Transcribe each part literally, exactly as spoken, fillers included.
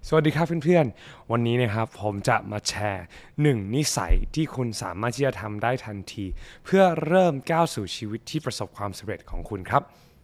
สวัสดีครับเพื่อนๆวันนี้นะครับผมจะมาแชร์หนึ่งนิสัยที่คุณสามารถที่จะทำได้ทันทีเพื่อเริ่มก้าวสู่ชีวิตที่ประสบความสำเร็จของคุณครับ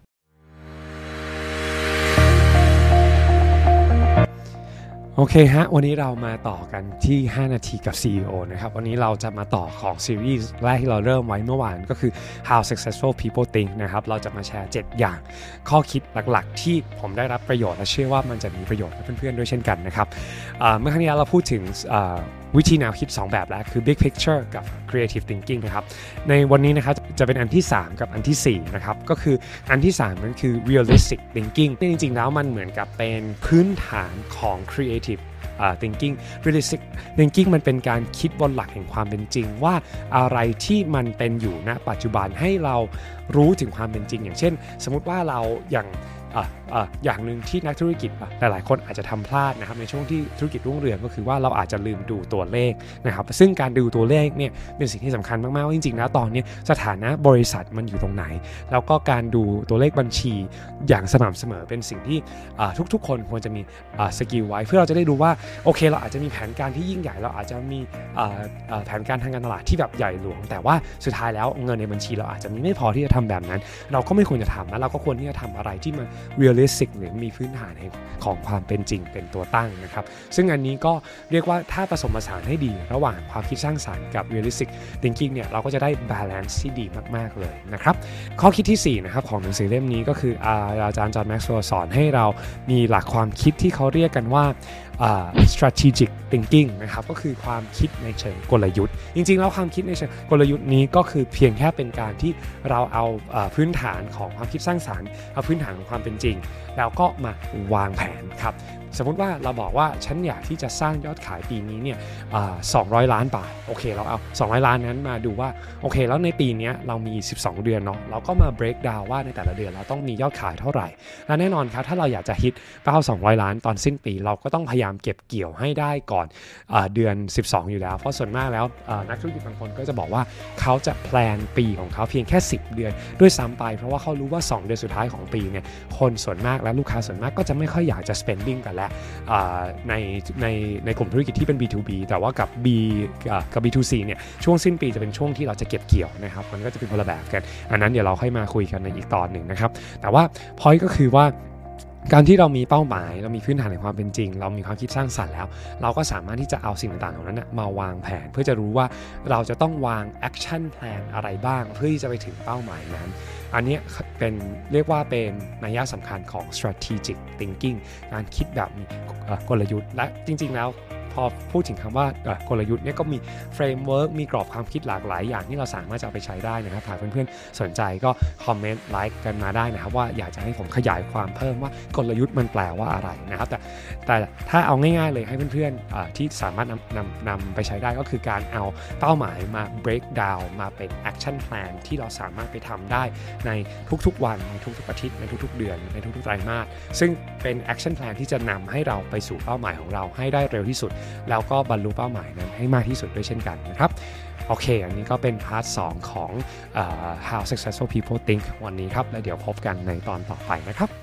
โอเคฮะวันนี้เรามาต่อกันที่ห้านาทีกับ ซี อี โอ นะครับวันนี้เราจะมาต่อของซีรีส์แรกที่เราเริ่มไว้เมื่อวานก็คือ How Successful People Think นะครับเราจะมาแชร์เจ็ดอย่างข้อคิดหลักๆที่ผมได้รับประโยชน์และเชื่อว่ามันจะมีประโยชน์กับเพื่อนๆด้วยเช่นกันนะครับเมื่อครั้งที่แล้วเราพูดถึงวิธีแนวคิดสองแบบแล้วคือ Big Picture กับ Creative Thinking นะครับในวันนี้นะครับจะเป็นอันที่สามกับอันที่สี่นะครับก็คืออันที่สามนั้นคือ Realistic Thinking ที่จริงๆแล้วมันเหมือนกับเป็นพื้นฐานของ Creative uh, Thinking Realistic Thinking มันเป็นการคิดบนหลักแห่งความเป็นจริงว่าอะไรที่มันเป็นอยู่ณปัจจุบันให้เรารู้ถึงความเป็นจริงอย่างเช่นสมมุติว่าเราอย่างอ่ะอ่ะอย่างหนึ่งที่นักธุรกิจหลายๆคนอาจจะทำพลาดนะครับในช่วงที่ธุรกิจรุ่งเรืองก็คือว่าเราอาจจะลืมดูตัวเลขนะครับซึ่งการดูตัวเลขเนี่ยเป็นสิ่งที่สำคัญมากๆว่าจริงๆแล้วตอนนี้สถานะบริษัทมันอยู่ตรงไหนแล้วก็การดูตัวเลขบัญชีอย่างสม่ำเสมอเป็นสิ่งที่ทุกๆคนควรจะมีสกิลไว้เพื่อเราจะได้รู้ว่าโอเคเราอาจจะมีแผนการที่ยิ่งใหญ่เราอาจจะมีแผนการทางการตลาดที่แบบใหญ่หลวงแต่ว่าสุดท้ายแล้วเงินในบัญชีเราอาจจะมีไม่พอที่จะทำแบบนั้นเราก็ไม่ควรจะทำนะเราก็ควรที่จะทำอะไรที่มันrealistic หรือมีพื้นฐานของความเป็นจริงเป็นตัวตั้งนะครับซึ่งอันนี้ก็เรียกว่าถ้าผสมผสานให้ดีระหว่างความคิดสร้างสรรค์กับ realistic thinking เนี่ยเราก็จะได้ balance ที่ดีมากๆเลยนะครับข้อคิดที่สี่นะครับของหนังสือเล่มนี้ก็คืออาจารย์จอห์นแม็กซ์เวลล์สอนให้เรามีหลักความคิดที่เขาเรียกกันว่าUh, strategic thinking นะครับก็คือความคิดในเชิงกลยุทธ์จริงๆแล้วความคิดในเชิงกลยุทธ์นี้ก็คือเพียงแค่เป็นการที่เราเอา uh, พื้นฐานของความคิดสร้างสรรค์เอาพื้นฐานของความเป็นจริงแล้วก็มาวางแผนครับสมมุติว่าเราบอกว่าฉันอยากที่จะสร้างยอดขายปีนี้เนี่ยสองร้อยล้านบาทโอเคเราเอาสองร้อยล้านนั้นมาดูว่าโอเคแล้วในปีนี้เรามีสิบสองเดือนเนาะเราก็มา break down ว่าในแต่ละเดือนเราต้องมียอดขายเท่าไหร่และแน่นอนครับถ้าเราอยากจะฮิตเป้าสองร้อยล้านตอนสิ้นปีเราก็ต้องพยายามเก็บเกี่ยวให้ได้ก่อนเอ่อเดือนสิบสองอยู่แล้วเพราะส่วนมากแล้วนักธุรกิจบางคนก็จะบอกว่าเขาจะแพลนปีของเขาเพียงแค่สิบเดือนด้วยซ้ำไปเพราะว่าเขารู้ว่าสองเดือนสุดท้ายของปีเนี่ยคนส่วนมากและลูกค้าส่วนมากก็จะไม่ค่อยอยากจะ spending กันแล้วในในในกลุ่มธุรกิจที่เป็น บี ทู บี แต่ว่ากับ B กับ บี ทู ซี เนี่ยช่วงสิ้นปีจะเป็นช่วงที่เราจะเก็บเกี่ยวนะครับมันก็จะเป็นคนละแบบกันอันนั้นเดี๋ยวเราค่อยมาคุยกันในอีกตอนหนึ่งนะครับแต่ว่า point ก็คือว่าการที่เรามีเป้าหมายเรามีพื้นฐานในความเป็นจริงเรามีความคิดสร้างสรรค์แล้วเราก็สามารถที่จะเอาสิ่งต่างๆเหล่านั้นมาวางแผนเพื่อจะรู้ว่าเราจะต้องวาง action plan อะไรบ้างเพื่อที่จะไปถึงเป้าหมายนั้นอันนี้เป็นเรียกว่าเป็นนัยสำคัญของ strategic thinking การคิดแบบมีกลยุทธ์และจริงๆแล้วพอพูดถึงคำว่ากลยุทธ์เนี่ยก็มีเฟรมเวิร์กมีกรอบความคิดหลากหลายอย่างที่เราสามารถจะเอาไปใช้ได้นะครับหากเพื่อนๆสนใจก็คอมเมนต์ไลค์กันมาได้นะครับว่าอยากจะให้ผมขยายความเพิ่มว่ากลยุทธ์มันแปลว่าอะไรนะครับแต่แต่ถ้าเอาง่ายๆเลยให้เพื่อนๆที่สามารถนำนำนำไปใช้ได้ก็คือการเอาเป้าหมายมา break down มาเป็น action plan ที่เราสามารถไปทำได้ในทุกๆวันในทุกๆอาทิตย์ในทุกๆเดือนในทุกๆไตรมาสซึ่งเป็น action plan ที่จะนำให้เราไปสู่เป้าหมายของเราให้ได้เร็วที่สุดแล้วก็บรรลุเป้าหมายนั้นให้มากที่สุดด้วยเช่นกันนะครับโอเคอันนี้ก็เป็นพาร์ทสองของ uh, How Successful People Think วันนี้ครับและเดี๋ยวพบกันในตอนต่อไปนะครับ